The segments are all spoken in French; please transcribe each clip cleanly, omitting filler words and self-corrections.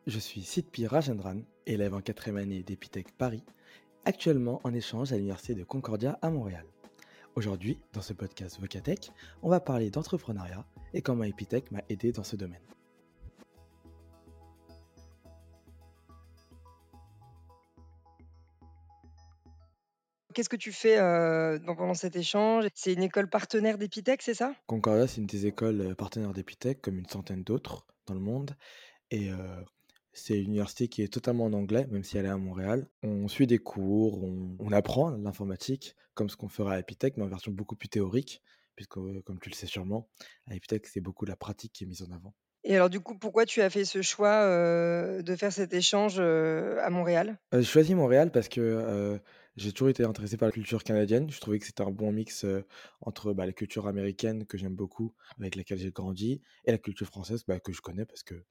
Je suis Sitpi Rajendran, élève en quatrième année d'Epitech Paris, actuellement en échange à l'Université de Concordia à Montréal. Aujourd'hui, dans ce podcast Vocatech, on va parler d'entrepreneuriat et comment Epitech m'a aidé dans ce domaine. Qu'est-ce que tu fais, pendant cet échange? C'est une école partenaire d'Epitech, c'est ça? Concordia, c'est une des écoles partenaires d'Epitech, comme une centaine d'autres dans le monde, et c'est une université qui est totalement en anglais, même si elle est à Montréal. On suit des cours, on apprend l'informatique, comme ce qu'on ferait à Epitech, mais en version beaucoup plus théorique, puisque, comme tu le sais sûrement, à Epitech, c'est beaucoup la pratique qui est mise en avant. Et alors du coup, pourquoi tu as fait ce choix, de faire cet échange, à Montréal? J'ai choisi Montréal parce que, j'ai toujours été intéressé par la culture canadienne. Je trouvais que c'était un bon mix, entre, la culture américaine que j'aime beaucoup, avec laquelle j'ai grandi et la culture française, que je connais parce que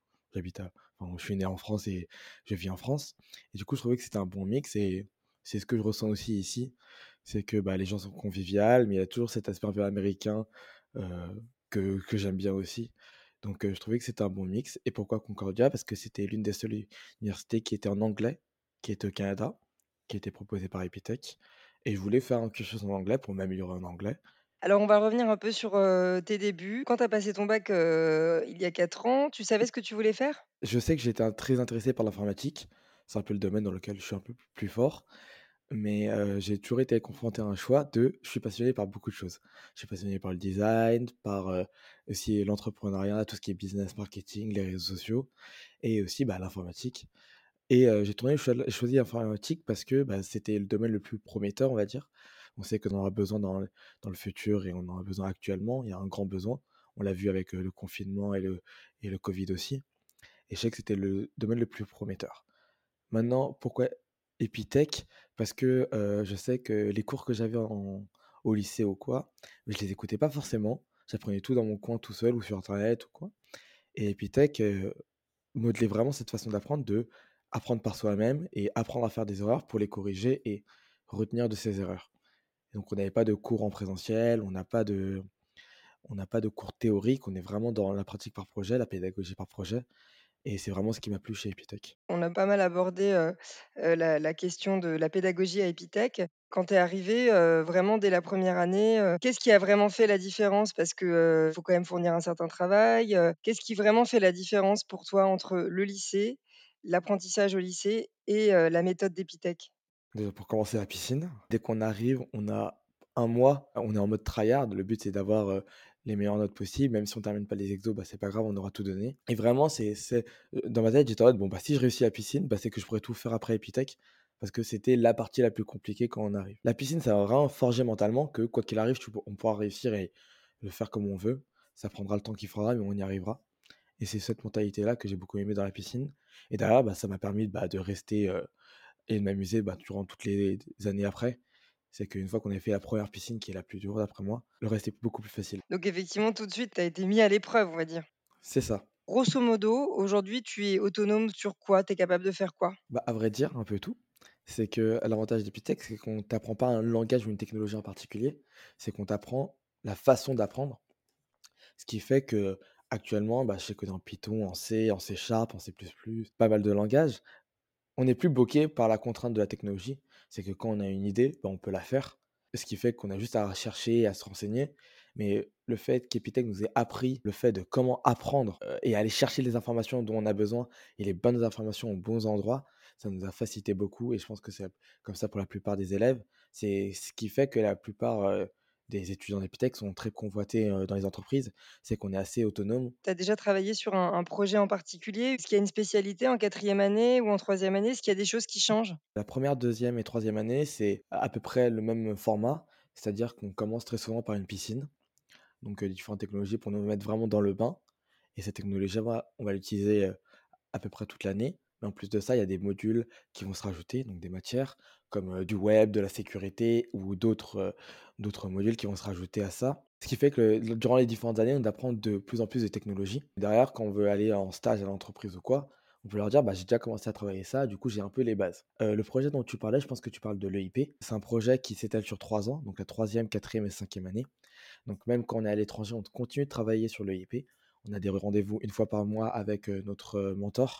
je suis né en France et je vis en France et du coup, je trouvais que c'était un bon mix et c'est ce que je ressens aussi ici. C'est que, les gens sont conviviales, mais il y a toujours cet aspect un peu américain, heu, que j'aime bien aussi. Donc, je trouvais que c'était un bon mix et pourquoi Concordia? Parce que c'était l'une des seules universités qui était en anglais, qui était au Canada, qui était proposée par Epitech et je voulais faire quelque chose en anglais pour m'améliorer en anglais. Alors on va revenir un peu sur, tes débuts. Quand tu as passé ton bac, il y a 4 ans, tu savais ce que tu voulais faire? Je sais que j'étais très intéressé par l'informatique, c'est un peu le domaine dans lequel je suis un peu plus fort, mais j'ai toujours été confronté à un choix je suis passionné par beaucoup de choses. Je suis passionné par le design, par, aussi l'entrepreneuriat, tout ce qui est business marketing, les réseaux sociaux et aussi, l'informatique et choisi l'informatique parce que, c'était le domaine le plus prometteur, on va dire. On sait qu'on en aura besoin dans le futur et on en a besoin actuellement, il y a un grand besoin. On l'a vu avec, le confinement et le covid aussi et je sais que c'était le domaine le plus prometteur. Maintenant, pourquoi Epitech? Parce que, je sais que les cours que j'avais au lycée ou quoi, je les écoutais pas forcément. J'apprenais tout dans mon coin tout seul ou sur internet ou quoi et Epitech, modelait vraiment cette façon d'apprendre, de apprendre par soi-même et apprendre à faire des erreurs pour les corriger et retenir de ces erreurs. Donc on n'avait pas de cours en présentiel, on n'a pas de cours théoriques, on est vraiment dans la pratique par projet, la pédagogie par projet et c'est vraiment ce qui m'a plu chez Epitech. On a pas mal abordé, la question de la pédagogie à Epitech. Quand tu es arrivé, vraiment dès la première année, qu'est-ce qui a vraiment fait la différence? Parce que, faut quand même fournir un certain travail, qu'est-ce qui vraiment fait la différence pour toi entre le lycée, l'apprentissage au lycée et la méthode d'Epitech? Déjà pour commencer la piscine, dès qu'on arrive, on a un mois, on est en mode tryhard. Le but c'est d'avoir, les meilleures notes possibles, même si on termine pas les exos, c'est pas grave, on aura tout donné et vraiment dans ma tête, j'étais en mode: «Bon, si je réussis la piscine, c'est que je pourrais tout faire après Epitech», parce que c'était la partie la plus compliquée quand on arrive. La piscine, ça va vraiment forger mentalement que quoi qu'il arrive, on pourra réussir et le faire comme on veut. Ça prendra le temps qu'il faudra, mais on y arrivera et c'est cette mentalité-là que j'ai beaucoup aimé dans la piscine et derrière, ça m'a permis, de rester, et de m'amuser, durant toutes les années après. C'est qu'une fois qu'on a fait la première piscine qui est la plus dure d'après moi, le reste est beaucoup plus facile. Donc effectivement, tout de suite, tu as été mis à l'épreuve, on va dire. C'est ça. Grosso modo, aujourd'hui, tu es autonome sur quoi? Tu es capable de faire quoi? À vrai dire, un peu tout. C'est que l'avantage d'Epitech, c'est qu'on t'apprend pas un langage ou une technologie en particulier, c'est qu'on t'apprend la façon d'apprendre. Ce qui fait que actuellement, je sais que dans Python, en C, en C Sharp, en C++, pas mal de langages, on n'est plus bloqué par la contrainte de la technologie. C'est que quand on a une idée, on peut la faire. Ce qui fait qu'on a juste à chercher, à se renseigner. Mais le fait qu'Epitech nous ait appris le fait de comment apprendre et aller chercher les informations dont on a besoin et les bonnes informations aux bons endroits, ça nous a facilité beaucoup. Et je pense que c'est comme ça pour la plupart des élèves. C'est ce qui fait que la plupart des étudiants d'Epitech sont très convoités dans les entreprises. C'est qu'on est assez autonome. Tu as déjà travaillé sur un projet en particulier? Est-ce qu'il y a une spécialité en quatrième année ou en troisième année? Est-ce qu'il y a des choses qui changent? La première, deuxième et troisième année, c'est à peu près le même format, c'est-à-dire qu'on commence très souvent par une piscine, donc différentes technologies pour nous mettre vraiment dans le bain et cette technologie, on va l'utiliser, à peu près toute l'année. Mais en plus de ça, il y a des modules qui vont se rajouter, donc des matières comme, du web, de la sécurité ou d'autres modules qui vont se rajouter à ça. Ce qui fait que durant les différentes années, on apprend de plus en plus de technologies. Derrière, quand on veut aller en stage à l'entreprise ou quoi, on peut leur dire: «J'ai déjà commencé à travailler ça, du coup, j'ai un peu les bases». Le projet dont tu parlais, je pense que tu parles de l'EIP. C'est un projet qui s'étale sur 3 ans, donc la troisième, quatrième et cinquième année. Donc même quand on est à l'étranger, on continue de travailler sur l'EIP. On a des rendez-vous une fois par mois avec, notre, mentor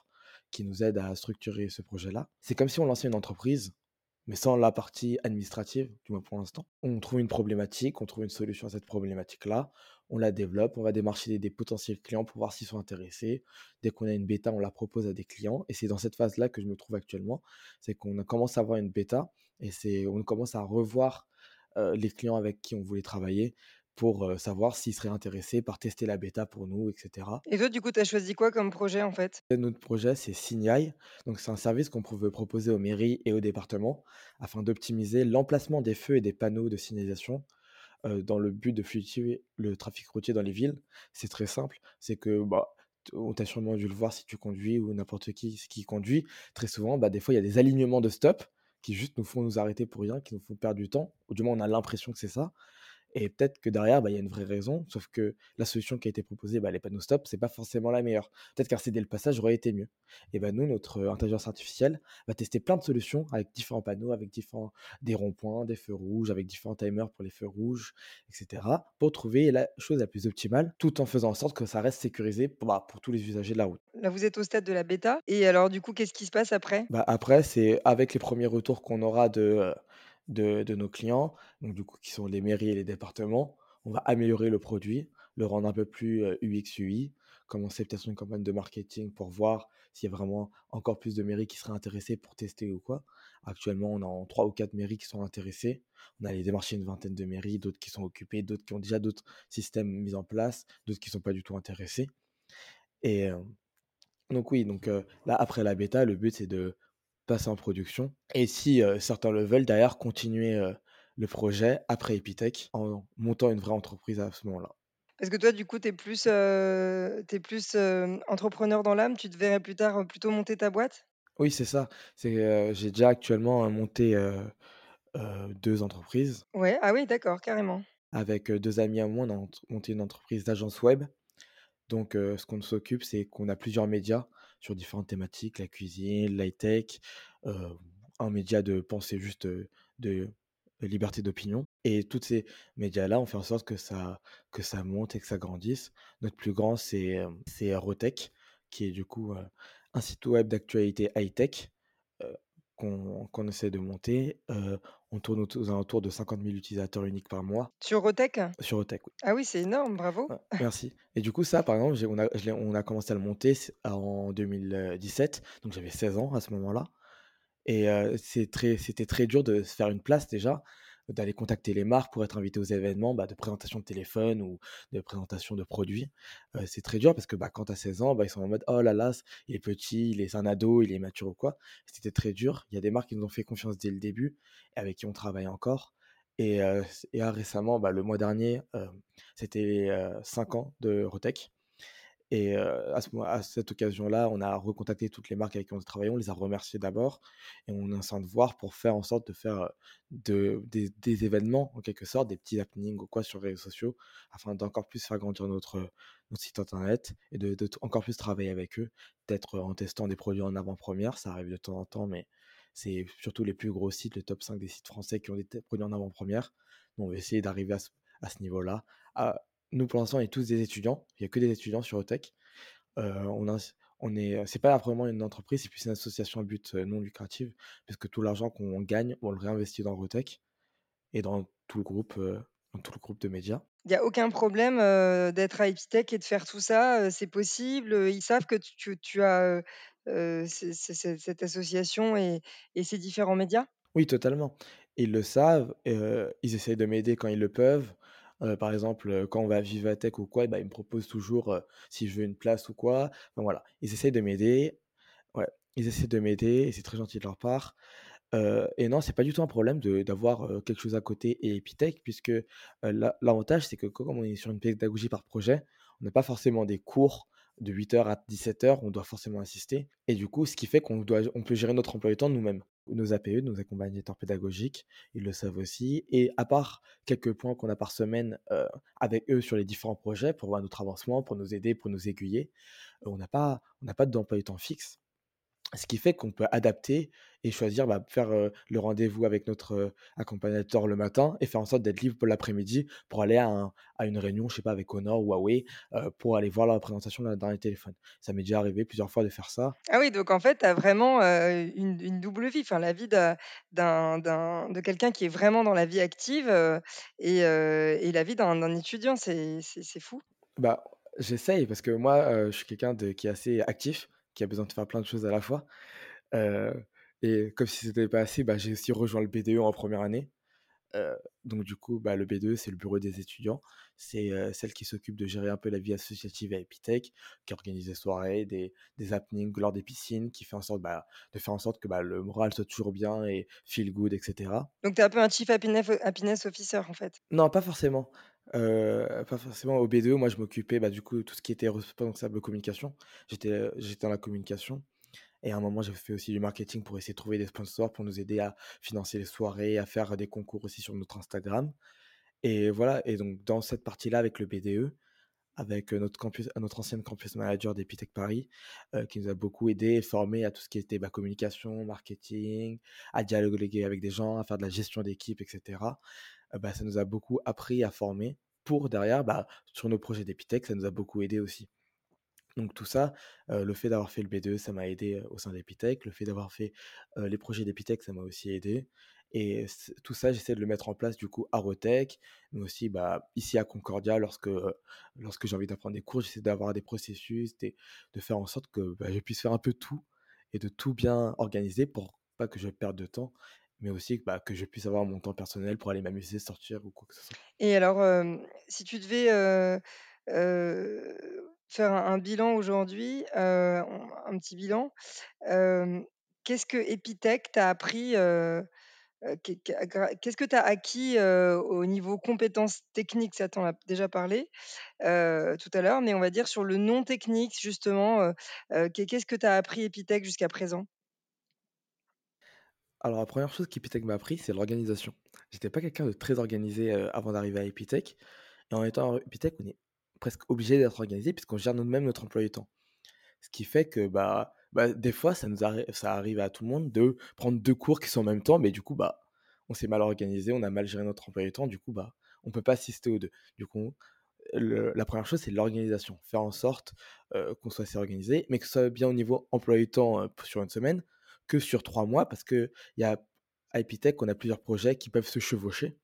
qui nous aident à structurer ce projet-là. C'est comme si on lançait une entreprise, mais sans la partie administrative, du moins pour l'instant. On trouve une problématique, on trouve une solution à cette problématique-là, on la développe, on va démarcher des potentiels clients pour voir s'ils sont intéressés. Dès qu'on a une bêta, on la propose à des clients et c'est dans cette phase-là que je me trouve actuellement. C'est qu'on commence à avoir une bêta et on commence à revoir les clients avec qui on voulait travailler pour savoir s'ils seraient intéressés par tester la bêta pour nous, etc. Et toi, du coup, tu as choisi quoi comme projet, en fait? Et notre projet, c'est Signai. Donc, c'est un service qu'on veut proposer aux mairies et aux départements afin d'optimiser l'emplacement des feux et des panneaux de signalisation dans le but de fluidifier le trafic routier dans les villes. C'est très simple. C'est que, bah, tu as sûrement dû le voir si tu conduis ou n'importe qui conduit. Très souvent, bah, des fois, il y a des alignements de stop qui juste nous font nous arrêter pour rien, qui nous font perdre du temps. Ou du moins, on a l'impression que c'est ça. Et peut-être que derrière, bah, il y a une vraie raison, sauf que la solution qui a été proposée, bah, les panneaux stop, c'est pas forcément la meilleure. Peut-être qu'un céder le passage aurait été mieux. Et ben nous, notre intelligence artificielle va tester plein de solutions avec différents panneaux, avec différents des ronds-points, des feux rouges, avec différents timers pour les feux rouges, etc. pour trouver la chose la plus optimale, tout en faisant en sorte que ça reste sécurisé pour tous les usagers de la route. Là, vous êtes au stade de la bêta et alors, du coup, qu'est-ce qui se passe après? Bah, après, c'est avec les premiers retours qu'on aura de nos clients, donc du coup qui sont les mairies et les départements, on va améliorer le produit, le rendre un peu plus, UX, UI, commencer peut-être une campagne de marketing pour voir s'il y a vraiment encore plus de mairies qui seraient intéressées pour tester ou quoi. Actuellement, on a en 3 ou 4 mairies qui sont intéressées. On a allé démarcher une vingtaine de mairies, d'autres qui sont occupées, d'autres qui ont déjà d'autres systèmes mis en place, d'autres qui sont pas du tout intéressés et donc oui, là, après la bêta, le but, c'est de passer en production et si, certains le veulent, derrière continuer, le projet après Epitech en montant une vraie entreprise à ce moment-là. Parce que toi, du coup, tu es plus entrepreneur dans l'âme, tu te verrais plus tard, plutôt monter ta boîte? Oui, c'est ça. J'ai déjà actuellement, monté, 2 entreprises. Ouais, ah oui, d'accord, carrément. Avec, 2 amis à moi, on a monté une entreprise d'agence web. Donc, ce qu'on s'occupe, c'est qu'on a plusieurs médias sur différentes thématiques, la cuisine, l'high-tech, heu, un média de pensée juste, de liberté d'opinion et tous ces médias-là, on fait en sorte que ça monte et que ça grandisse. Notre plus grand, c'est Rotech, qui est du coup, un site web d'actualité high-tech, heu, qu'on essaie de monter. On tourne aux alentours de 50 000 utilisateurs uniques par mois Sur Rotech? sur Rotech. Ah oui, c'est énorme, bravo. Ouais, merci et du coup, ça, par exemple, on a commencé à le monter en 2017, donc j'avais 16 ans à ce moment-là et c'était très dur de se faire une place déjà, d'aller contacter les marques pour être invité aux événements, bah, de présentation de téléphone ou de présentation de produits. C'est très dur parce que, bah, quand tu as 16 ans, bah, ils sont en mode: «Oh là là, il est petit, c'est un ado, il est immature ou quoi». C'était très dur. Il y a des marques qui nous ont fait confiance dès le début et avec qui on travaille encore et là récemment, bah, le mois dernier, c'était les, 5 ans de Rotech et à cette occasion-là, on a recontacté toutes les marques avec qui on travaillait, on les a remerciées d'abord et on est en train de voir pour faire en sorte de faire, des événements en quelque sorte, des petits happenings ou quoi sur les réseaux sociaux afin d'encore plus faire grandir notre site internet et de encore plus travailler avec eux. Peut-être en testant des produits en avant-première, ça arrive de temps en temps, mais c'est surtout les plus gros sites, le top 5 des sites français qui ont des produits en avant-première. Donc on va essayer d'arriver à ce niveau-là. À Nous, pour l'instant, on est tous des étudiants. Il y a que des étudiants sur Otech. On est, c'est pas vraiment une entreprise, c'est plus une association à but, non lucratif, puisque tout l'argent qu'on gagne, on le réinvestit dans Rotech et dans tout le groupe de médias. Il y a aucun problème, d'être à Epitech et de faire tout ça, c'est possible, ils savent que tu as, cette association et ces différents médias? Oui, totalement. Ils le savent, ils essayent de m'aider quand ils le peuvent. Par exemple, quand on va à Vivatech ou quoi, bah, ils me proposent toujours, si je veux une place ou quoi. Enfin voilà, ils essayent de m'aider. Ouais, ils essaient de m'aider et c'est très gentil de leur part. Et non, c'est pas du tout un problème d'avoir, quelque chose à côté et Epitech puisque, l'avantage, c'est que comme on est sur une pédagogie par projet, on n'a pas forcément des cours de 8 heures à 17 heures, on doit forcément assister et du coup, ce qui fait on peut gérer notre emploi du temps nous-mêmes. Nos APE, nos accompagnateurs pédagogiques, ils le savent aussi et à part quelques points qu'on a par semaine, avec eux sur les différents projets pour voir notre avancement, pour nous aider, pour nous aiguiller, on n'a pas d'emploi du temps fixe. Ce qui fait qu'on peut adapter et choisir, bah, faire, le rendez-vous avec notre, accompagnateur le matin et faire en sorte d'être libre pour l'après-midi pour aller à une réunion, je sais pas, avec Honor ou Huawei, pour aller voir la présentation d'un dernier téléphone. Ça m'est déjà arrivé plusieurs fois de faire ça. Ah oui, donc en fait, tu as vraiment, une double vie, enfin la vie de quelqu'un qui est vraiment dans la vie active, et la vie d'un étudiant, c'est fou. Bah, j'essaye parce que moi, je suis quelqu'un de qui est assez actif, qui a besoin de faire plein de choses à la fois, heu et comme si c'était pas assez, bah, j'ai aussi rejoint le BDE en première année. Donc du coup, bah, le B2, c'est le bureau des étudiants. C'est, celle qui s'occupe de gérer un peu la vie associative à Epitech, qui organise des soirées, des happenings lors des piscines, qui fait en sorte, bah, de faire en sorte que, bah, le moral soit toujours bien et feel good et cetera. Donc tu es un peu un chief happiness officer, en fait? Non, pas forcément, pas forcément. Au B2, moi, je m'occupais, bah, du coup, tout ce qui était responsable communication. J'étais dans la communication et à un moment, j'ai fait aussi du marketing pour essayer de trouver des sponsors pour nous aider à financer les soirées, à faire des concours aussi sur notre Instagram. Et voilà, et donc dans cette partie-là avec le BDE, avec, notre ancienne campus manager d'Epitech Paris, qui nous a beaucoup aidés et formés à tout ce qui était, bah, communication, marketing, à dialoguer avec des gens, à faire de la gestion d'équipe et cetera. Bah, ça nous a beaucoup appris à former pour derrière, bah, sur nos projets d'Epitech, ça nous a beaucoup aidés aussi. Donc tout ça, le fait d'avoir fait le B2, ça m'a aidé, au sein d'Epitech. Le fait d'avoir fait, les projets d'Epitech, ça m'a aussi aidé et tout ça, j'essaie de le mettre en place du coup à Rotech, mais aussi, bah, ici à Concordia lorsque j'ai envie d'apprendre des cours, j'essaie d'avoir des processus, de faire en sorte que, bah, je puisse faire un peu tout et de tout bien organiser pour pas que je perde de temps, mais aussi, bah, que je puisse avoir mon temps personnel pour aller m'amuser, sortir ou quoi que ce soit. Et alors, si tu devais, faire un bilan aujourd'hui, un petit bilan, hem, qu'est-ce que Epitech t'a appris, qu'est-ce que tu as acquis, au niveau compétences techniques? Ça, tu en as déjà parlé, tout à l'heure, mais on va dire sur le non technique justement, qu'est-ce que tu as appris Epitech jusqu'à présent? Alors la première chose qu'Epitech m'a appris, c'est l'organisation. J'étais pas quelqu'un de très organisé, avant d'arriver à Epitech et en étant à Epitech, on est presque obligé d'être organisé puisqu'on gère nous-mêmes notre emploi du temps. Ce qui fait que, bah, des fois, ça arrive à tout le monde de prendre 2 cours qui sont en même temps, mais du coup, bah, on s'est mal organisé, on a mal géré notre emploi du temps, du coup, bah, on peut pas assister aux 2. Du coup, la première chose, c'est l'organisation. Faire en sorte, qu'on soit assez organisé, mais que ce soit bien au niveau emploi du temps, sur une semaine, que sur 3 mois parce qu'il y a à Epitech, on a plusieurs projets qui peuvent se chevaucher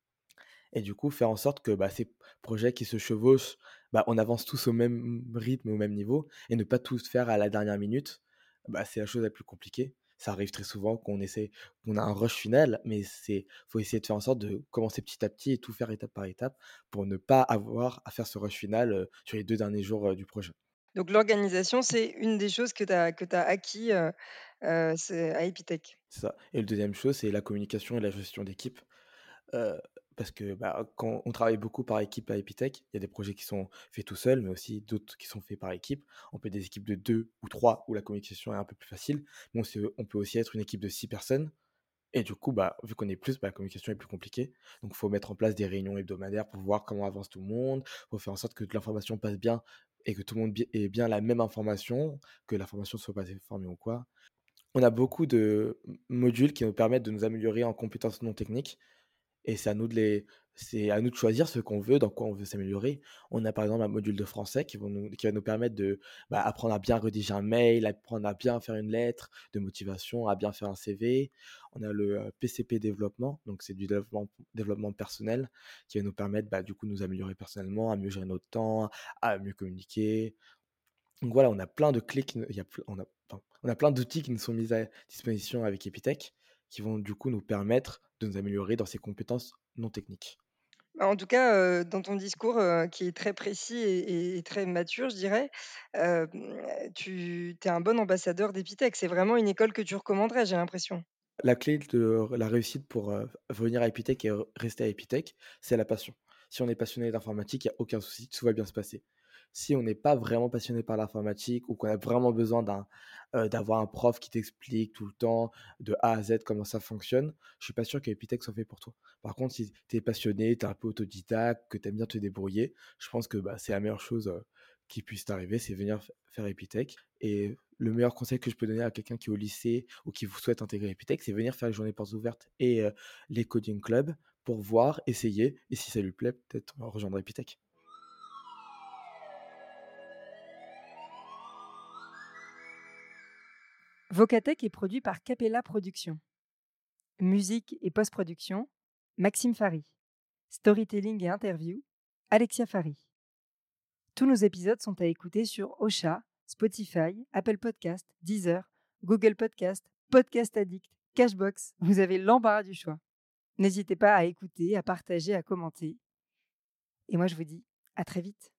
et du coup, faire en sorte que, bah, ces projets qui se chevauchent, bah, on avance tous au même rythme, au même niveau et ne pas tous faire à la dernière minute, bah, c'est la chose la plus compliquée. Ça arrive très souvent qu'on a un rush final, mais faut essayer de faire en sorte de commencer petit à petit et tout faire étape par étape pour ne pas avoir à faire ce rush final, sur les 2 derniers jours, du projet. Donc l'organisation, c'est une des choses que tu acquis, c'est à Epitech. C'est ça et le deuxième chose, c'est la communication et la gestion d'équipe. Heu, Parce que, bah, quand on travaille beaucoup par équipe à Epitech, il y a des projets qui sont faits tout seuls, mais aussi d'autres qui sont faits par équipe. On peut être des équipes de 2 ou 3 où la communication est un peu plus facile, mais on peut aussi être une équipe de 6 personnes et du coup, bah, vu qu'on est plus, bah, la communication est plus compliquée. Donc il faut mettre en place des réunions hebdomadaires pour voir comment avance tout le monde. Il faut faire en sorte que l'information passe bien et que tout le monde ait bien la même information, que l'information ne soit pas déformée ou quoi. On a beaucoup de modules qui nous permettent de nous améliorer en compétences non techniques et c'est à nous de choisir ce qu'on veut, dans quoi on veut s'améliorer. On a par exemple un module de français qui va nous permettre de, bah, apprendre à bien rédiger un mail, apprendre à bien faire une lettre de motivation, à bien faire un CV. On a le, PCP développement, donc c'est du développement personnel qui va nous permettre, bah, du coup, de nous améliorer personnellement, à mieux gérer notre temps, à mieux communiquer. Donc voilà, on a plein de clés qui ne il y a ple on a plein d'outils qui nous sont mis à disposition avec Epitech, qui vont du coup nous permettre de nous améliorer dans ces compétences non techniques. Bah, en tout cas, dans ton discours, qui est très précis et très mature, je dirais, tu es un bon ambassadeur d'Epitech. C'est vraiment une école que tu recommanderais, j'ai l'impression? La clé de la réussite pour, venir à Epitech et rester à Epitech, c'est la passion. Si on est passionné d'informatique, il y a aucun souci, tout va bien se passer. Si on n'est pas vraiment passionné par l'informatique ou qu'on a vraiment besoin d'avoir un prof qui t'explique tout le temps, de A à Z, comment ça fonctionne, je suis pas sûr qu'Epitech soit fait pour toi. Par contre, si tu es passionné, tu es un peu autodidacte, que tu aimes bien te débrouiller, je pense que, bah, c'est la meilleure chose, qui puisse t'arriver, c'est venir faire Epitech. Et le meilleur conseil que je peux donner à quelqu'un qui est au lycée ou qui souhaite intégrer Epitech, c'est venir faire les journées portes ouvertes et les coding clubs pour voir, essayer, et si ça lui plaît, peut-être rejoindre Epitech. Vocatech est produit par Capella Productions. Musique et post-production, Maxime Fary. Storytelling et interview, Alexia Fary. Tous nos épisodes sont à écouter sur Ocha, Spotify, Apple Podcast, Deezer, Google Podcast, Podcast Addict, Cashbox. Vous avez l'embarras du choix. N'hésitez pas à écouter, à partager, à commenter. Et moi, je vous dis à très vite.